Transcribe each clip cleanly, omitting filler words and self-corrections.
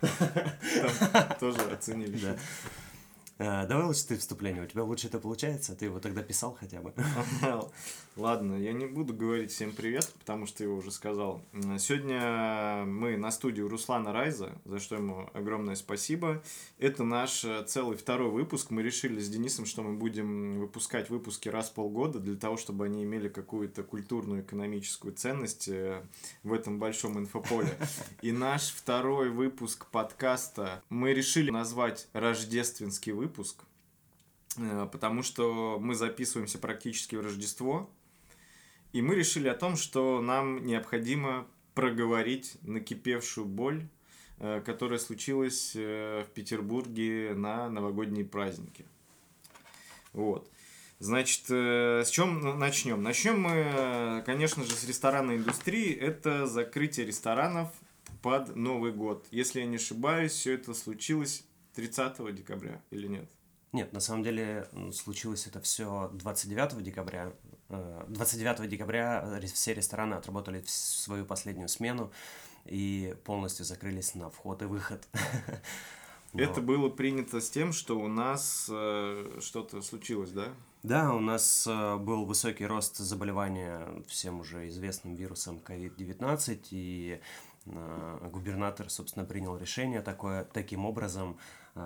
Там тоже оценили. Да. Давай лучше ты вступление. У тебя лучше это получается? Ты его тогда писал хотя бы? Ладно, я не буду говорить всем привет, потому что ты его уже сказал. Сегодня мы на студии у Руслана Райза, за что ему огромное спасибо. Это наш целый второй выпуск. Мы решили с Денисом, что мы будем выпускать выпуски раз в полгода, для того, чтобы они имели какую-то культурную, экономическую ценность в этом большом инфополе. И наш второй выпуск подкаста мы решили назвать «Рождественский выпуск», потому что мы записываемся практически в Рождество. И мы решили о том, что нам необходимо проговорить накипевшую боль, которая случилась в Петербурге на новогодние праздники. Вот. Значит, с чем начнем? Начнем мы, конечно же, с ресторанной индустрии. Это закрытие ресторанов под Новый год. Если я не ошибаюсь, все это случилось 30 декабря или нет? Нет, на самом деле случилось это все 29 декабря. 29 декабря все рестораны отработали свою последнюю смену и полностью закрылись на вход и выход. Это было принято с тем, что у нас что-то случилось, да? Да, у нас был высокий рост заболевания всем уже известным вирусом COVID-19, и губернатор, собственно, принял решение таким образом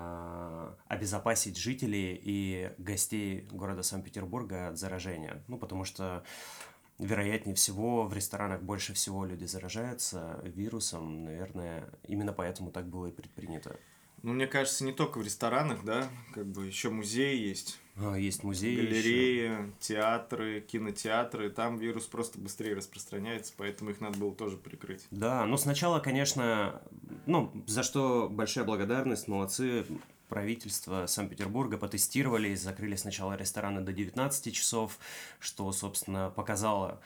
обезопасить жителей и гостей города Санкт-Петербурга от заражения. Ну, потому что, вероятнее всего, в ресторанах больше всего люди заражаются вирусом, наверное, именно поэтому так было и предпринято. Ну, мне кажется, не только в ресторанах, да, как бы еще музеи есть. Есть музеи, галереи, еще театры, кинотеатры, там вирус просто быстрее распространяется, поэтому их надо было тоже прикрыть. Да, но сначала, конечно, за что большая благодарность, молодцы, правительство Санкт-Петербурга потестировали и закрыли сначала рестораны до 19 часов, что, собственно, показало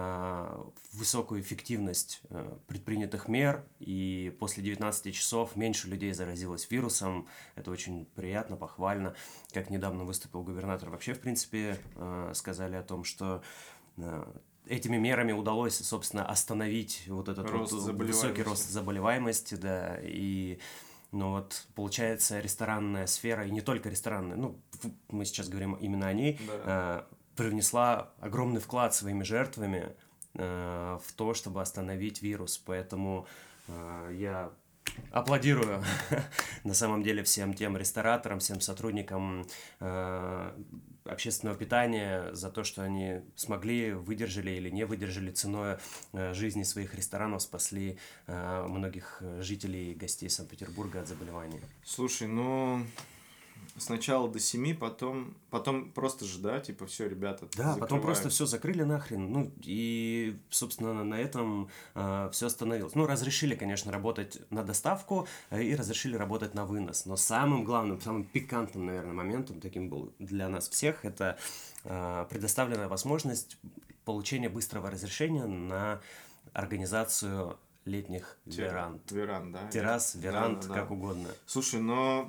высокую эффективность предпринятых мер, и после 19 часов меньше людей заразилось вирусом. Это очень приятно, похвально. Как недавно выступил губернатор, вообще, в принципе, сказали о том, что этими мерами удалось, собственно, остановить вот этот высокий рост заболеваемости, да, и получается, ресторанная сфера, и не только ресторанная, мы сейчас говорим именно о ней, да, привнесла огромный вклад своими жертвами в то, чтобы остановить вирус. Поэтому я аплодирую на самом деле всем тем рестораторам, всем сотрудникам общественного питания за то, что они смогли, выдержали или не выдержали ценой жизни своих ресторанов, спасли многих жителей и гостей Санкт-Петербурга от заболевания. Слушай, сначала до 7, потом просто же, да, типа, все, ребята, да, закрываем. Потом просто все закрыли нахрен, и, собственно, на этом все остановилось. Разрешили, конечно, работать на доставку и разрешили работать на вынос, но самым главным, самым пикантным, наверное, моментом, таким был для нас всех, это предоставленная возможность получения быстрого разрешения на организацию летних веранд. Да? Террас, веранд, да. Как угодно. Слушай,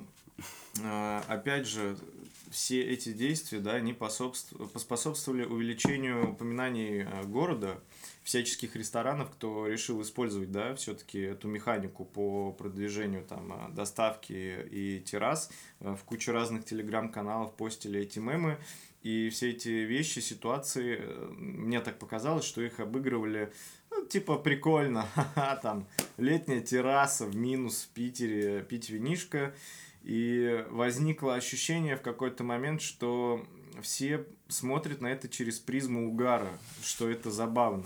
опять же, все эти действия, да, они поспособствовали увеличению упоминаний города, всяческих ресторанов, кто решил использовать, да, все-таки эту механику по продвижению там доставки и террас. В куче разных телеграм-каналов постили эти мемы, и все эти вещи, ситуации, мне так показалось, что их обыгрывали, типа прикольно, там летняя терраса в минус в Питере, пить винишко. И возникло ощущение в какой-то момент, что все смотрят на это через призму угара, что это забавно.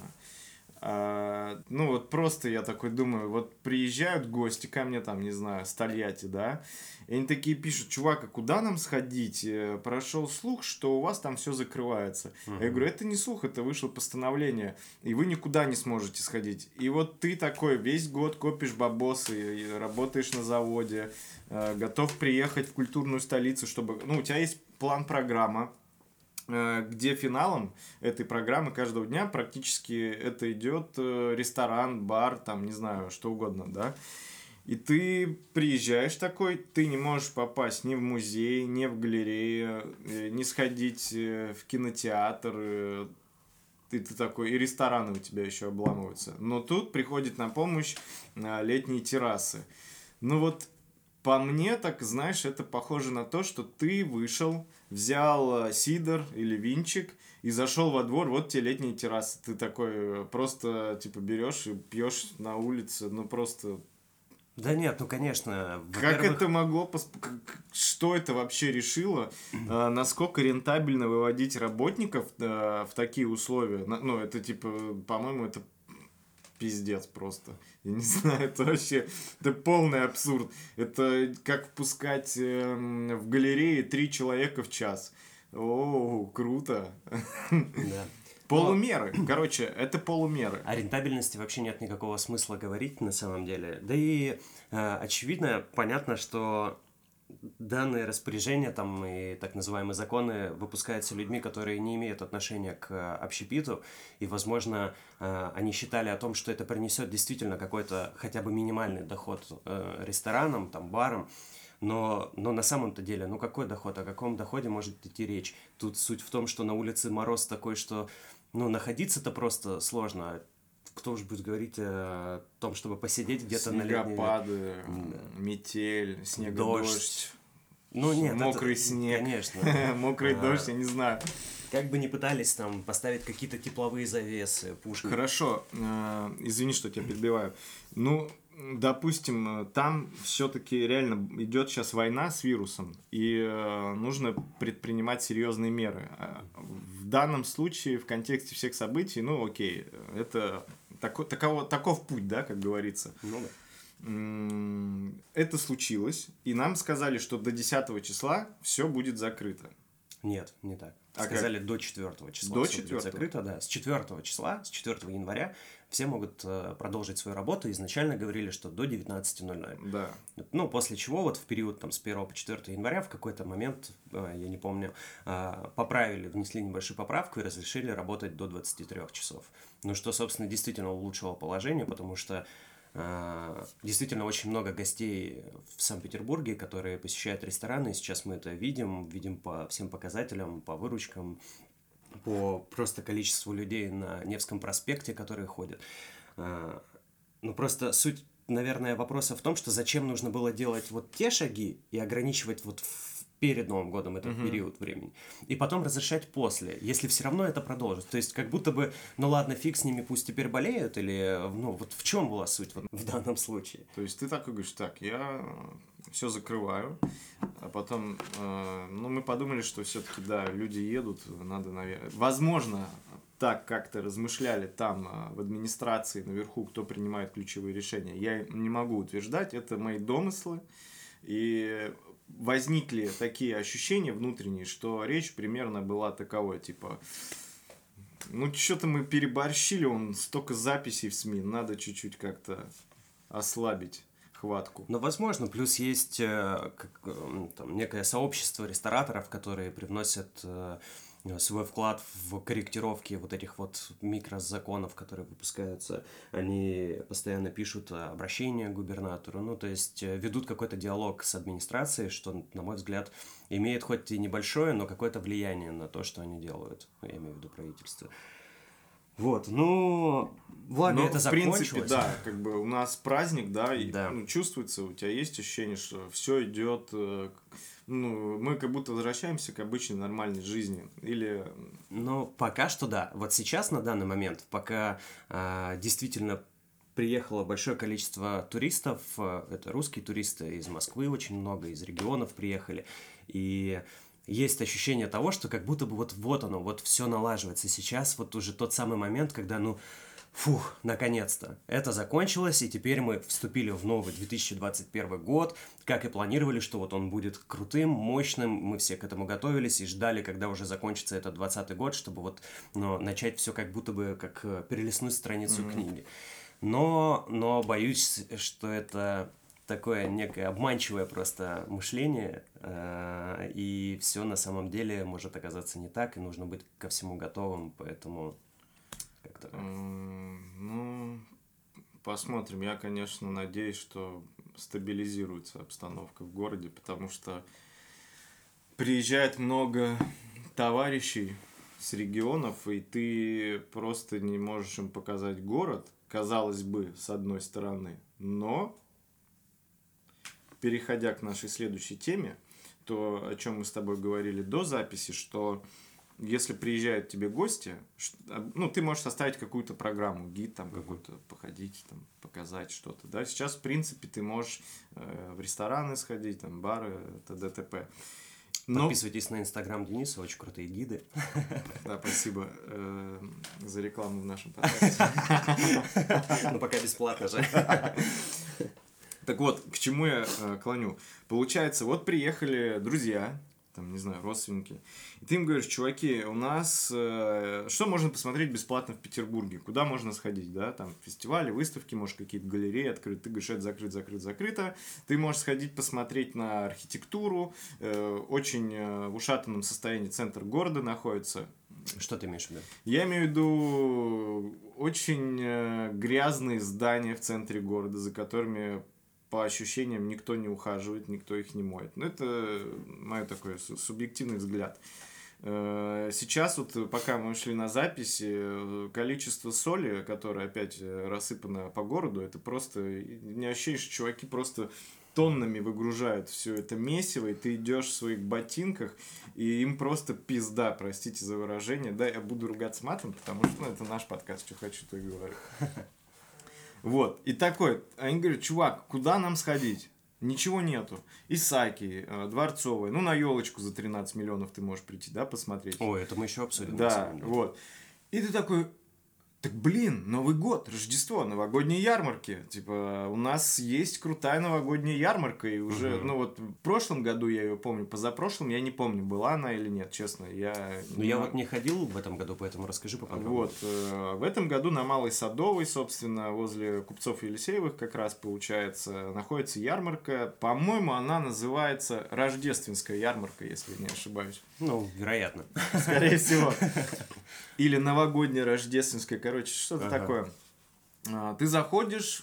Просто я такой думаю, вот приезжают гости ко мне, там, не знаю, с Тольятти, да, и они такие пишут: чувак, а куда нам сходить? Прошел слух, что у вас там все закрывается. Я говорю, это не слух, это вышло постановление, и вы никуда не сможете сходить. И вот ты такой весь год копишь бабосы, работаешь на заводе, готов приехать в культурную столицу, чтобы... у тебя есть план-программа, где финалом этой программы каждого дня практически это идет ресторан, бар, там, не знаю, что угодно, да. И ты приезжаешь такой, ты не можешь попасть ни в музей, ни в галерею, не сходить в кинотеатр, ты такой, и рестораны у тебя еще обламываются. Но тут приходит на помощь летние террасы. Ну вот, по мне, так, знаешь, это похоже на то, что ты вышел, взял сидр или винчик и зашел во двор, вот тебе летняя терраса. Ты такой просто, типа, берешь и пьешь на улице, ну просто... Да нет, ну конечно, Как это во-первых, могло... Что это вообще решило? Насколько рентабельно выводить работников в такие условия? Ну, это, типа, по-моему, это пиздец просто. Я не знаю, это вообще, это полный абсурд. Это как впускать в галерее 3 человека в час. О, круто. да. Но Полумеры. Короче, это полумеры. о рентабельности вообще нет никакого смысла говорить на самом деле. Да и очевидно, понятно, что данные распоряжения там и так называемые законы выпускаются людьми, которые не имеют отношения к общепиту, и, возможно, они считали о том, что это принесет действительно какой-то хотя бы минимальный доход ресторанам, там, барам, но на самом-то деле, ну какой доход, о каком доходе может идти речь? Тут суть в том, что на улице мороз такой, что ну находиться-то просто сложно. Кто уж будет говорить о том, чтобы посидеть где-то на летней... Снегопады, метель, Дождь. снегодождь, Ну нет, это, мокрый снег, конечно. мокрый дождь, я не знаю. Как бы ни пытались там поставить какие-то тепловые завесы, пушки. Хорошо, извини, что тебя перебиваю. Ну, допустим, там все-таки реально идет сейчас война с вирусом, и нужно предпринимать серьезные меры. В данном случае, в контексте всех событий, ну окей, это таков путь, да, как говорится. Ну да. Это случилось, и нам сказали, что до 10 числа все будет закрыто. Нет, не так. А Сказали до 4 числа. До всё будет 4? закрыто, да. С 4 числа, с 4 января все могут продолжить свою работу. Изначально говорили, что до 19:00. Да. Ну, после чего вот в период там, с 1 по 4 января в какой-то момент, я не помню, поправили, внесли небольшую поправку и разрешили работать до 23 часов. Ну, что, собственно, действительно улучшило положение, потому что действительно очень много гостей в Санкт-Петербурге, которые посещают рестораны, и сейчас мы это видим по всем показателям, по выручкам, по просто количеству людей на Невском проспекте, которые ходят. Ну, просто суть, наверное, вопроса в том, что зачем нужно было делать вот те шаги и ограничивать вот перед Новым годом этот период времени, и потом разрешать после, если все равно это продолжится. То есть, как будто бы, ну ладно, фиг с ними, пусть теперь болеют, или, ну, вот в чем была суть вот в данном случае? То есть ты такой говоришь, так, я все закрываю, а потом, ну, мы подумали, что все-таки, да, люди едут, надо, наверное, возможно, так как-то размышляли там в администрации наверху, кто принимает ключевые решения. Я не могу утверждать, это мои домыслы, и возникли такие ощущения внутренние, что речь примерно была таковой, типа, ну, что-то мы переборщили, столько записей в СМИ, надо чуть-чуть как-то ослабить хватку. Но возможно, плюс есть там, некое сообщество рестораторов, которые привносят свой вклад в корректировки вот этих вот микрозаконов, которые выпускаются. Они постоянно пишут обращения к губернатору, ну, то есть ведут какой-то диалог с администрацией, что, на мой взгляд, имеет хоть и небольшое, но какое-то влияние на то, что они делают. Я имею в виду правительство. Вот, ну, благо Но, это в принципе, закончилось. да, как бы у нас праздник, да, и Да. ну, чувствуется, у тебя есть ощущение, что все идет, ну, мы как будто возвращаемся к обычной нормальной жизни, или... Ну, пока что да. Вот сейчас, на данный момент, пока действительно приехало большое количество туристов, это русские туристы из Москвы очень много, из регионов приехали, и есть ощущение того, что как будто бы вот оно, вот все налаживается. Сейчас вот уже тот самый момент, когда, ну, фух, наконец-то. Это закончилось, и теперь мы вступили в новый 2021 год, как и планировали, что вот он будет крутым, мощным, мы все к этому готовились и ждали, когда уже закончится этот 2020 год, чтобы вот начать все как будто бы как перелистнуть страницу книги. Но боюсь, что это такое некое обманчивое просто мышление, и все на самом деле может оказаться не так, и нужно быть ко всему готовым, поэтому как-то так. Ну, посмотрим. Я, конечно, надеюсь, что стабилизируется обстановка в городе, потому что приезжает много товарищей с регионов, и ты просто не можешь им показать город, казалось бы, с одной стороны, но переходя к нашей следующей теме, то, о чем мы с тобой говорили до записи, что если приезжают тебе гости, ну, ты можешь составить какую-то программу, гид там какой-то, походить, там, показать что-то, да. Сейчас, в принципе, ты можешь в рестораны сходить, там, бары, т.д. т.п. Подписывайтесь на инстаграм Дениса, очень крутые гиды. Да, спасибо за рекламу в нашем подкасте. Но пока бесплатно же. Так вот, к чему я клоню? Получается, вот приехали друзья, там, не знаю, родственники, и ты им говоришь: чуваки, у нас что можно посмотреть бесплатно в Петербурге? Куда можно сходить, да? Там фестивали, выставки, может, какие-то галереи открыты. Ты говоришь: это закрыто. Ты можешь сходить посмотреть на архитектуру. Очень в ушатанном состоянии центр города находится. Что ты имеешь в виду? Я имею в виду очень грязные здания в центре города, за которыми, по ощущениям, никто не ухаживает, никто их не моет. Но это мой такой субъективный взгляд. Сейчас вот, пока мы шли на запись, количество соли, которое опять рассыпано по городу, это просто... Не ощущение, что чуваки просто тоннами выгружают все это месиво, и ты идешь в своих ботинках, и им просто пизда, простите за выражение. Да, я буду ругаться матом, потому что это наш подкаст, что хочу, то и говорю. Вот, и такой, они говорят: чувак, куда нам сходить? Ничего нету. Исаки, Дворцовая, ну, на елочку за 13 миллионов ты можешь прийти, да, посмотреть. Ой, это мы еще обсудим. Да, вот. И ты такой: так, блин, Новый год, Рождество, новогодние ярмарки. Типа, у нас есть крутая новогодняя ярмарка, и уже, ну, вот в прошлом году я ее помню, позапрошлом я не помню, была она или нет, честно. Я вот не ходил в этом году, поэтому расскажи поподробнее. Вот, в этом году на Малой Садовой, собственно, возле Купцов Елисеевых как раз, получается, находится ярмарка. По-моему, она называется Рождественская ярмарка, если не ошибаюсь. Ну, вероятно. Скорее всего. Или новогодняя рождественская, короче, что-то такое. Ты заходишь,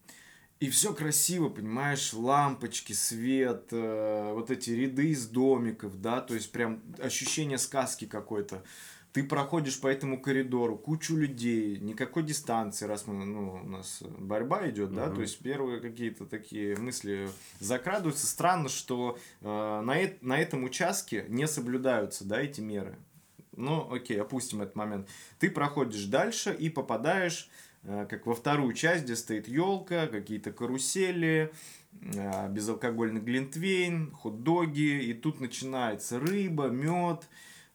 и все красиво, понимаешь, лампочки, свет, вот эти ряды из домиков, да, то есть прям ощущение сказки какой-то. Ты проходишь по этому коридору, кучу людей, никакой дистанции, раз мы, ну, у нас борьба идет, да, то есть первые какие-то такие мысли закрадываются. Странно, что на этом участке не соблюдаются, да, эти меры. Ну, окей, опустим этот момент. Ты проходишь дальше и попадаешь, как во вторую часть, где стоит елка, какие-то карусели, безалкогольный глинтвейн, хот-доги, и тут начинается рыба, мед,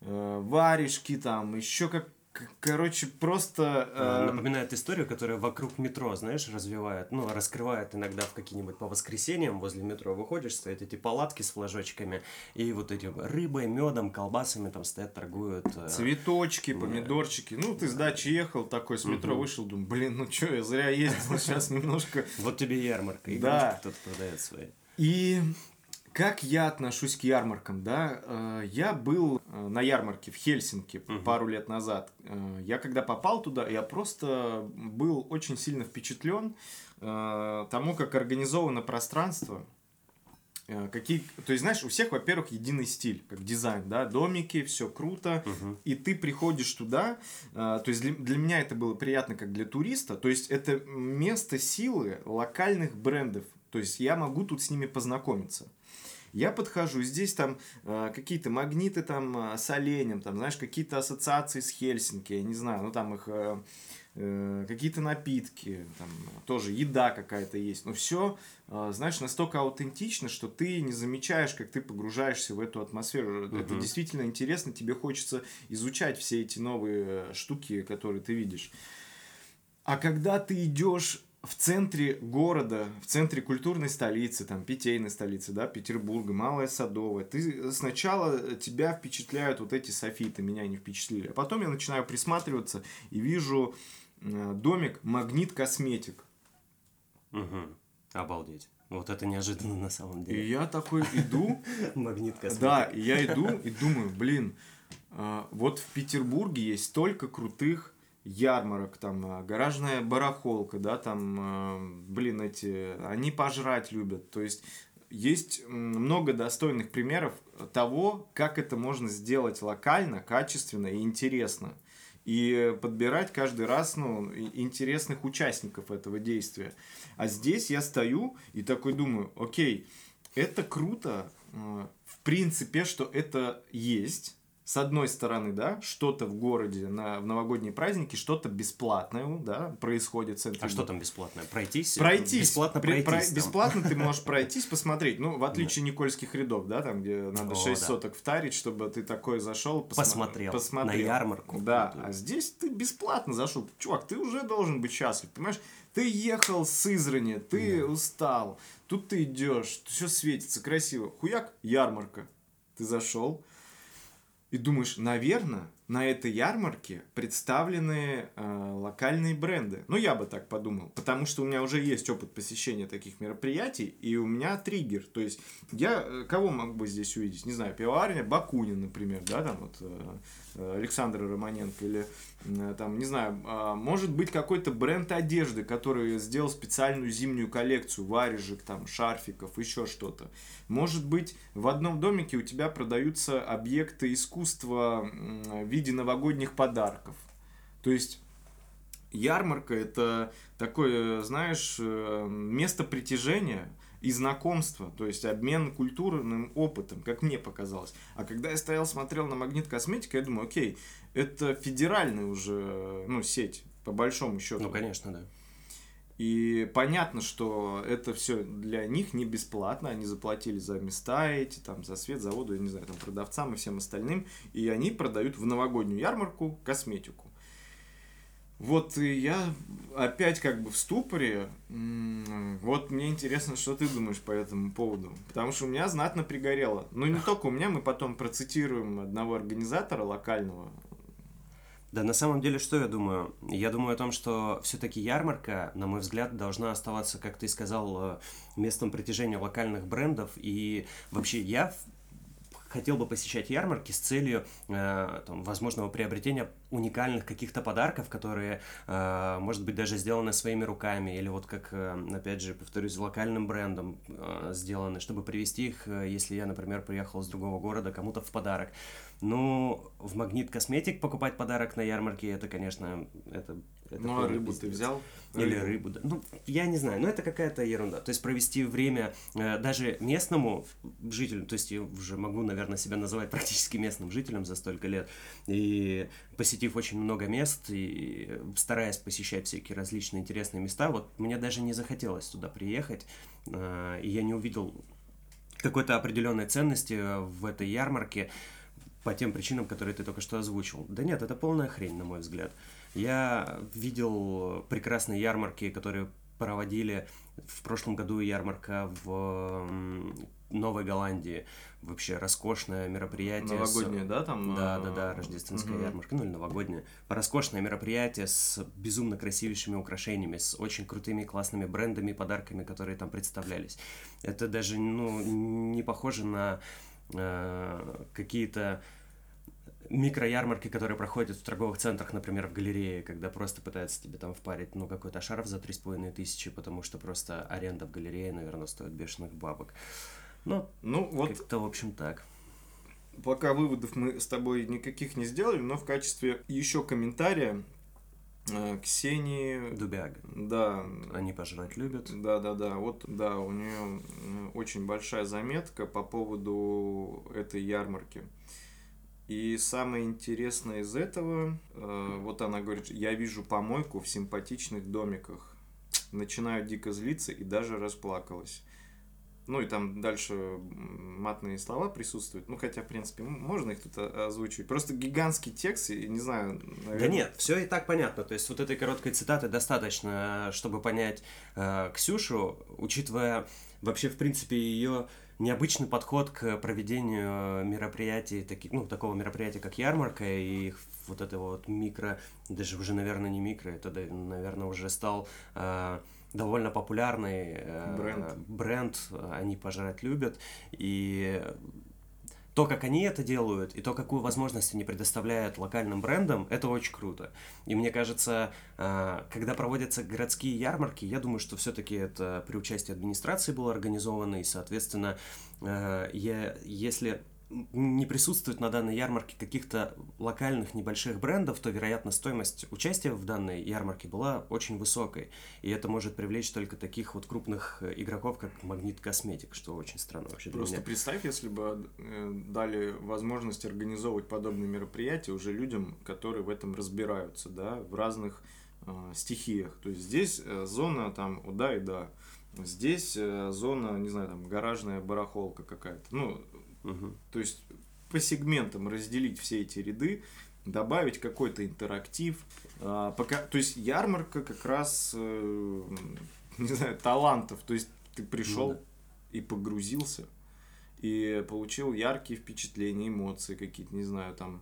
варежки там, еще короче, просто... Напоминает историю, которая вокруг метро, знаешь, развивает, ну, раскрывает иногда в какие-нибудь по воскресеньям возле метро выходишь, стоят эти палатки с флажочками, и вот эти рыбой, медом, колбасами там стоят, торгуют. Цветочки, помидорчики. Ну, ты с дачи ехал, такой с метро вышел, думаю, блин, ну что, я зря ездил, сейчас немножко... Вот тебе ярмарка, игрушки кто-то продает свои. И... Как я отношусь к ярмаркам, да? Я был на ярмарке в Хельсинки пару лет назад. Я когда попал туда, я просто был очень сильно впечатлен тому, как организовано пространство. То есть, знаешь, у всех, во-первых, единый стиль, как дизайн, да, домики, все круто, и ты приходишь туда, то есть для меня это было приятно как для туриста, то есть это место силы локальных брендов, то есть я могу тут с ними познакомиться. Я подхожу, здесь там какие-то магниты там с оленем, там, знаешь, какие-то ассоциации с Хельсинки, я не знаю, ну там их какие-то напитки, там тоже еда какая-то есть, но все, знаешь, настолько аутентично, что ты не замечаешь, как ты погружаешься в эту атмосферу. Это действительно интересно, тебе хочется изучать все эти новые штуки, которые ты видишь. А когда ты идешь в центре города, в центре культурной столицы, там, питейной столицы, да, Петербурга, Малая Садовая, ты сначала тебя впечатляют вот эти софиты, меня не впечатлили, а потом я начинаю присматриваться и вижу домик Магнит Косметик. Обалдеть. Вот это неожиданно на самом деле. И я такой иду. Магнит Косметик. Да, и я иду и думаю, блин, вот в Петербурге есть столько крутых ярмарок, там, гаражная барахолка, да, там, блин, они пожрать любят, то есть много достойных примеров того, как это можно сделать локально, качественно и интересно, и подбирать каждый раз, ну, интересных участников этого действия. А здесь я стою и такой думаю, окей, это круто, в принципе, что это есть. С одной стороны, да, что-то в городе в новогодние праздники, что-то бесплатное, да, происходит. А что там бесплатное? Пройтись? Пройтись. Бесплатно пройтись. Бесплатно ты можешь пройтись, посмотреть. Ну, в отличие Никольских рядов, да, там, где надо 6 соток втарить, чтобы ты такой зашел, посмотрел на ярмарку. Да, а здесь ты бесплатно зашел. Чувак, ты уже должен быть счастлив, понимаешь? Ты ехал с Сызрани, ты устал, тут ты идешь, все светится, красиво. Хуяк, ярмарка. Ты зашел. И думаешь, наверное, на этой ярмарке представлены локальные бренды. Ну, я бы так подумал. Потому что у меня уже есть опыт посещения таких мероприятий, и у меня триггер. То есть, я кого могу бы здесь увидеть? Не знаю, пивоварня Бакунин, например, да, там вот Александра Романенко, или там, не знаю, может быть какой-то бренд одежды, который сделал специальную зимнюю коллекцию, варежек, там, шарфиков, еще что-то. Может быть, в одном домике у тебя продаются объекты искусства в виде новогодних подарков. То есть ярмарка — это такое, знаешь, место притяжения и знакомства, то есть обмен культурным опытом, как мне показалось. А когда я стоял, смотрел на Магнит Косметика, я думаю, окей, это федеральная уже, ну, сеть, по большому счету. Ну, конечно, да. И понятно, что это все для них не бесплатно, они заплатили за места эти, там, за свет, за воду, я не знаю, там, продавцам и всем остальным, и они продают в новогоднюю ярмарку косметику. Вот и я опять как бы в ступоре. Вот мне интересно, что ты думаешь по этому поводу. Потому что у меня знатно пригорело. Ну, не только у меня, мы потом процитируем одного организатора локального. Да, на самом деле, что я думаю? Я думаю о том, что все-таки ярмарка, на мой взгляд, должна оставаться, как ты сказал, местом притяжения локальных брендов. И вообще я хотел бы посещать ярмарки с целью там, возможного приобретения уникальных каких-то подарков, которые, может быть, даже сделаны своими руками, или вот как, опять же, повторюсь, локальным брендом сделаны, чтобы привезти их, если я, например, приехал с другого города, кому-то в подарок. Ну, в Магнит Косметик покупать подарок на ярмарке, это, конечно, это ну, а рыбу ты взял? Или рыбу, да. Ну, я не знаю, но это какая-то ерунда. То есть провести время даже местному жителю, то есть я уже могу, наверное, себя называть практически местным жителем за столько лет, и посетив очень много мест, и стараясь посещать всякие различные интересные места, вот мне даже не захотелось туда приехать, и я не увидел какой-то определенной ценности в этой ярмарке по тем причинам, которые ты только что озвучил. Да нет, это полная хрень, на мой взгляд. Я видел прекрасные ярмарки, которые проводили в прошлом году, ярмарка в Новой Голландии. Вообще роскошное мероприятие. Новогоднее, да, там? Да, рождественская ярмарка, ну или новогодняя. Роскошное мероприятие с безумно красивейшими украшениями, с очень крутыми классными брендами и подарками, которые там представлялись. Это даже, ну, не похоже на какие-то микроярмарки, которые проходят в торговых центрах, например, в галерее, когда просто пытаются тебе там впарить, ну, какой-то шарф за 3500, потому что просто аренда в галерее, наверное, стоит бешеных бабок. Ну вот как-то, в общем, так. Пока выводов мы с тобой никаких не сделали, но в качестве еще комментария Ксении Дубяга. Да. Они пожрать любят. Да. Вот, да, у нее очень большая заметка по поводу этой ярмарки. И самое интересное из этого, вот она говорит, я вижу помойку в симпатичных домиках. Начинаю дико злиться и даже расплакалась. Ну и там дальше матные слова присутствуют. Ну хотя, в принципе, можно их тут озвучивать. Просто гигантский текст, и не знаю, наверное... Да нет, все и так понятно. То есть вот этой короткой цитаты достаточно, чтобы понять Ксюшу, учитывая вообще, в принципе, ее необычный подход к проведению мероприятий, такого мероприятия, как ярмарка, и вот это вот микро, даже уже, наверное, не микро, это, наверное, уже стал довольно популярный бренд, они пожрать любят, и то, как они это делают, и то, какую возможность они предоставляют локальным брендам, это очень круто. И мне кажется, когда проводятся городские ярмарки, я думаю, что все-таки это при участии администрации было организовано, и, соответственно, если не присутствует на данной ярмарке каких-то локальных небольших брендов, то, вероятно, стоимость участия в данной ярмарке была очень высокой. И это может привлечь только таких вот крупных игроков, как Магнит Косметик, что очень странно вообще для Просто меня. представь, если бы дали возможность организовывать подобные мероприятия уже людям, которые в этом разбираются, да, в разных стихиях. То есть здесь зона там да и да. Здесь зона, не знаю, там гаражная барахолка какая-то. Ну, то есть по сегментам разделить все эти ряды, добавить какой-то интерактив. То есть ярмарка как раз, не знаю, талантов. То есть ты пришел и погрузился, и получил яркие впечатления, эмоции какие-то, не знаю, там,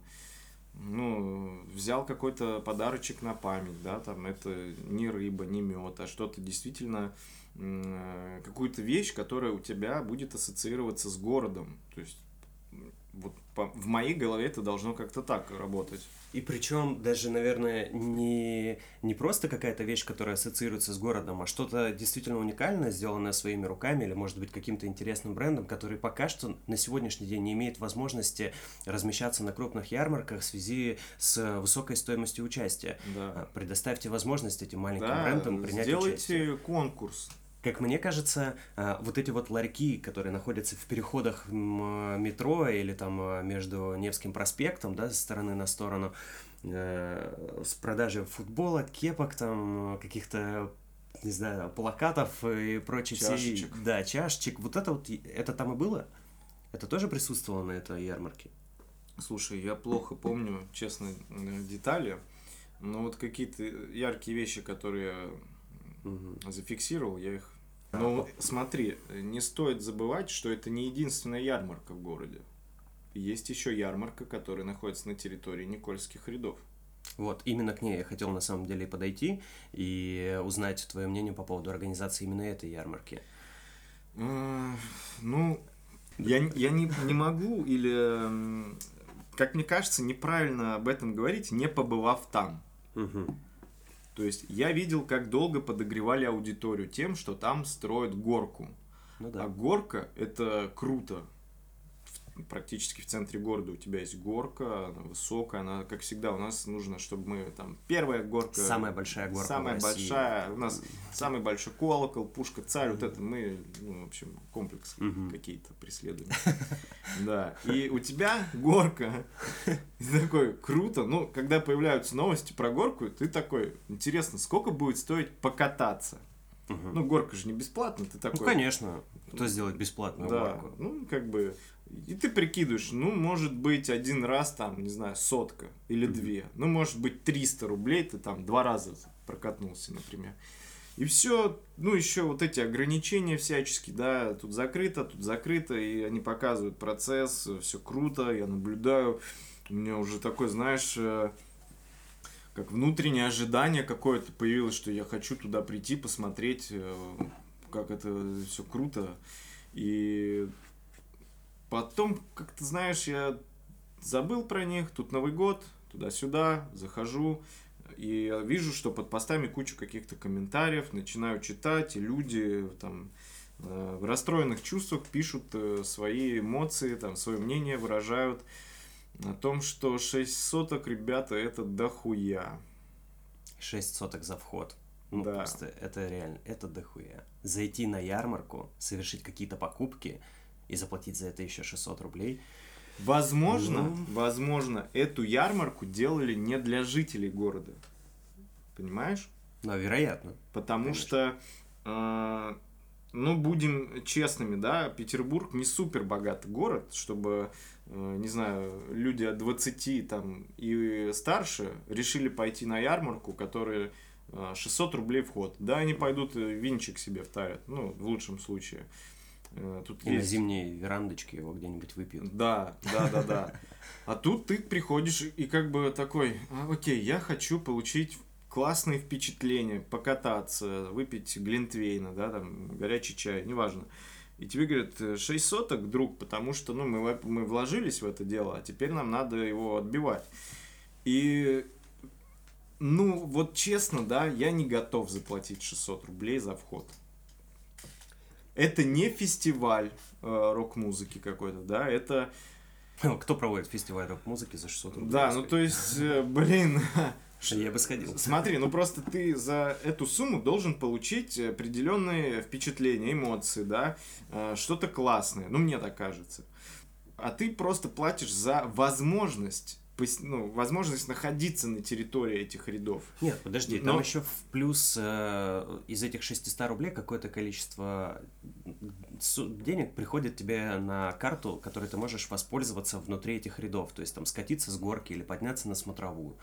ну, взял какой-то подарочек на память, да, там, это не рыба, не мед, а что-то действительно, какую-то вещь, которая у тебя будет ассоциироваться с городом. То есть, вот в моей голове это должно как-то так работать. И причем даже, наверное, не просто какая-то вещь, которая ассоциируется с городом, а что-то действительно уникальное, сделанное своими руками, или, может быть, каким-то интересным брендом, который пока что на сегодняшний день не имеет возможности размещаться на крупных ярмарках в связи с высокой стоимостью участия. Да. Предоставьте возможность этим маленьким брендам принять сделайте участие. конкурс. Как мне кажется, вот эти вот ларьки, которые находятся в переходах метро или там между Невским проспектом, да, со стороны на сторону, с продажей футболок, кепок, там, каких-то, не знаю, плакатов и прочей чашечек. всей... Да, чашечек. Вот это там и было? Это тоже присутствовало на этой ярмарке? Слушай, я плохо помню, честно, детали, но вот какие-то яркие вещи, которые я зафиксировал, я их... Но смотри, не стоит забывать, что это не единственная ярмарка в городе. Есть еще ярмарка, которая находится на территории Никольских рядов. Вот, именно к ней я хотел на самом деле подойти и узнать твое мнение по поводу организации именно этой ярмарки. Ну, я не могу, или, как мне кажется, неправильно об этом говорить, не побывав там. То есть я видел, как долго подогревали аудиторию тем, что там строят горку. Ну да. А горка – это круто. Практически в центре города у тебя есть горка, она высокая, она, как всегда, у нас нужно, чтобы мы там, первая горка. Самая большая горка самая в России. большая, у нас самый большой колокол, пушка, царь, вот это мы, ну, в общем, комплексы какие-то преследуем. Да, и у тебя горка, и такой, круто, ну, когда появляются новости про горку, ты такой, интересно, сколько будет стоить покататься? Ну, горка же не бесплатно, ты такой... Ну, конечно, кто сделает бесплатную горку? Ну, как бы... И ты прикидываешь, ну, может быть, один раз, там, не знаю, 100 или 2. Ну, может быть, 300 рублей ты там 2 раза прокатнулся, например. И все, ну, еще вот эти ограничения всяческие, да, тут закрыто, и они показывают процесс, все круто, я наблюдаю. У меня уже такой, знаешь, как внутреннее ожидание какое-то появилось, что я хочу туда прийти, посмотреть, как это все круто. И потом, как ты знаешь, я забыл про них, тут Новый год, туда-сюда, захожу, и вижу, что под постами куча каких-то комментариев, начинаю читать, и люди там в расстроенных чувствах пишут свои эмоции, там, свое мнение выражают о том, что 6 соток, ребята, это дохуя. 6 соток за вход. Ну, Да. просто это реально, это дохуя. Зайти на ярмарку, совершить какие-то покупки и заплатить за это еще 600 рублей. Возможно, эту ярмарку делали не для жителей города. Понимаешь? Ну, вероятно. Потому Конечно. что, ну, будем честными, да, Петербург не супер богатый город, чтобы, не знаю, люди от 20 там, и старше решили пойти на ярмарку, которая 600 рублей вход. Да, они пойдут винчик себе втарят, ну, в лучшем случае. Тут И есть... на зимней верандочке его где-нибудь выпьют. Да. А тут ты приходишь и как бы такой, окей, я хочу получить классные впечатления, покататься, выпить глинтвейна, да, там, горячий чай, неважно. И тебе говорят, 6 соток, друг, потому что, ну, мы вложились в это дело, а теперь нам надо его отбивать. И, ну, вот честно, да, я не готов заплатить 600 рублей за вход. Это не фестиваль рок-музыки какой-то, да, это Кто проводит фестиваль рок-музыки за 600 рублей? Да, ну то есть, блин, Я бы сходил. смотри, ну просто ты за эту сумму должен получить определенные впечатления, эмоции, да, что-то классное, ну мне так кажется. А ты просто платишь за возможность, возможность находиться на территории этих рядов. Нет, подожди, там еще в плюс из этих 600 рублей какое-то количество денег приходит тебе на карту, которой ты можешь воспользоваться внутри этих рядов. То есть там скатиться с горки или подняться на смотровую.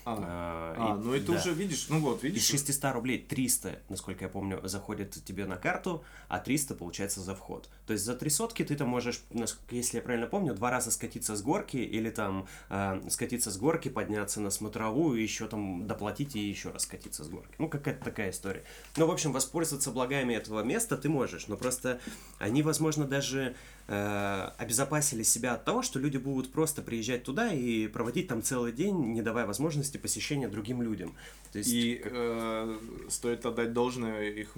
Ну это уже, видишь, ну вот, видишь. Из 600 рублей 300, насколько я помню, заходит тебе на карту, а 300 получается за вход. То есть за 3 сотки ты там можешь, если я правильно помню, 2 раза скатиться с горки или там скатиться с горки, подняться на смотровую, еще там доплатить и еще раз скатиться с горки. Ну, какая-то такая история. Ну, в общем, воспользоваться благами этого места ты можешь, но просто они, возможно, даже обезопасили себя от того, что люди будут просто приезжать туда и проводить там целый день, не давая возможности посещения другим людям. То есть, и стоит отдать должное их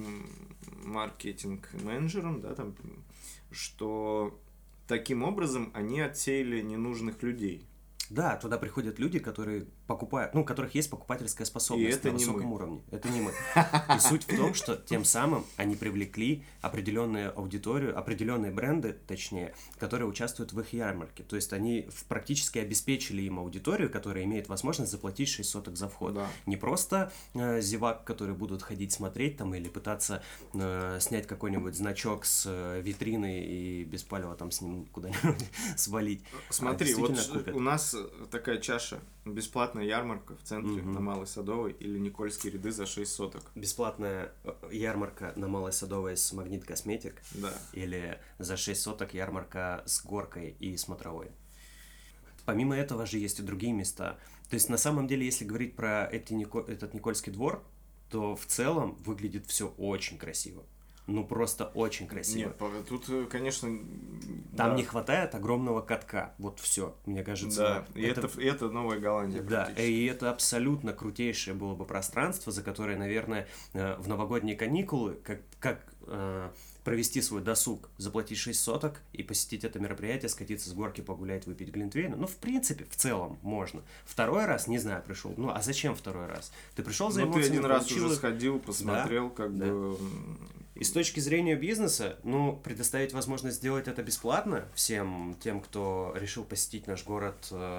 маркетинг-менеджерам, да, там, что таким образом они отсеяли ненужных людей. Да, туда приходят люди, которые покупают, ну, у которых есть покупательская способность на высоком уровне. Это не мы. И суть в том, что тем самым они привлекли определенную аудиторию, определенные бренды, точнее, которые участвуют в их ярмарке. То есть они практически обеспечили им аудиторию, которая имеет возможность заплатить 6 соток за вход. Да. Не просто зевак, которые будут ходить смотреть там или пытаться снять какой-нибудь значок с витрины и без палева там с ним куда-нибудь свалить. Смотри, вот у нас такая чаша, бесплатная ярмарка в центре на Малой Садовой или Никольские ряды за 6 соток. Бесплатная ярмарка на Малой Садовой с Магнит Косметик. Да. Или за 6 соток ярмарка с горкой и смотровой. Помимо этого же есть и другие места. То есть на самом деле, если говорить про этот Никольский двор, то в целом выглядит все очень красиво. Ну, просто очень красиво. Нет, тут, конечно... Там не хватает огромного катка. Вот все, мне кажется. Да, это Новая Голландия. Да, и это абсолютно крутейшее было бы пространство, за которое, наверное, в новогодние каникулы, как провести свой досуг, заплатить 6 соток и посетить это мероприятие, скатиться с горки, погулять, выпить глинтвейна. Ну, в принципе, в целом можно. Второй раз, не знаю, пришел. Ну, а зачем второй раз? Ты пришел за эмоциями, ты один раз уже сходил, посмотрел, да, как бы... И с точки зрения бизнеса, ну, предоставить возможность сделать это бесплатно всем тем, кто решил посетить наш город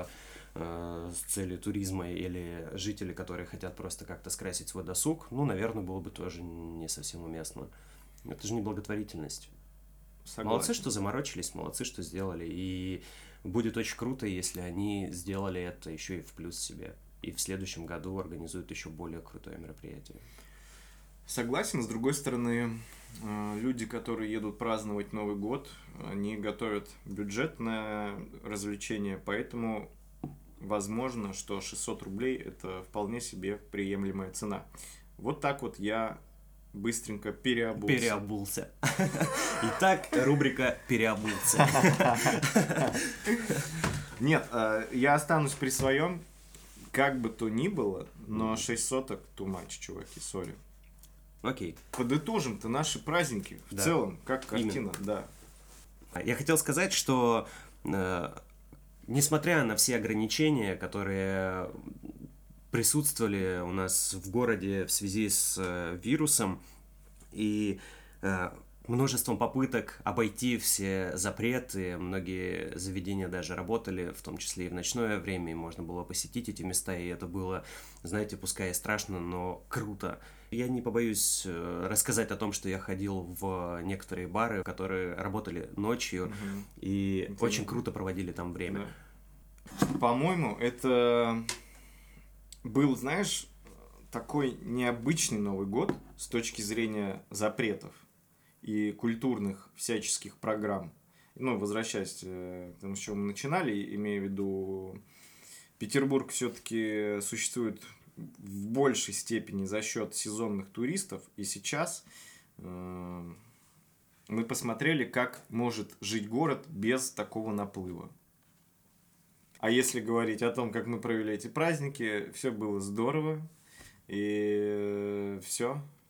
с целью туризма или жители, которые хотят просто как-то скрасить свой досуг, ну, наверное, было бы тоже не совсем уместно. Это же не благотворительность. Согласен. Молодцы, что заморочились, молодцы, что сделали. И будет очень круто, если они сделали это еще и в плюс себе. И в следующем году организуют еще более крутое мероприятие. Согласен, с другой стороны, люди, которые едут праздновать Новый год, они готовят бюджет на развлечения, поэтому возможно, что 600 рублей – это вполне себе приемлемая цена. Вот так вот я быстренько переобулся. Итак, рубрика «Переобулся». Нет, я останусь при своем, как бы то ни было, но 6 соток too much, чуваки, сори. Окей. Подытожим-то наши праздники в целом, как картина, да. Я хотел сказать, что несмотря на все ограничения, которые присутствовали у нас в городе в связи с вирусом и множеством попыток обойти все запреты, многие заведения даже работали, в том числе и в ночное время, и можно было посетить эти места, и это было, знаете, пускай и страшно, но круто. Я не побоюсь рассказать о том, что я ходил в некоторые бары, которые работали ночью, и очень круто проводили там время. Да. По-моему, это был, знаешь, такой необычный Новый год с точки зрения запретов и культурных всяческих программ. Ну, возвращаясь к тому, с чего мы начинали, имея в виду, Петербург все-таки существует в большей степени за счет сезонных туристов, и сейчас мы посмотрели, как может жить город без такого наплыва. А если говорить о том, как мы провели эти праздники, все было здорово, и все.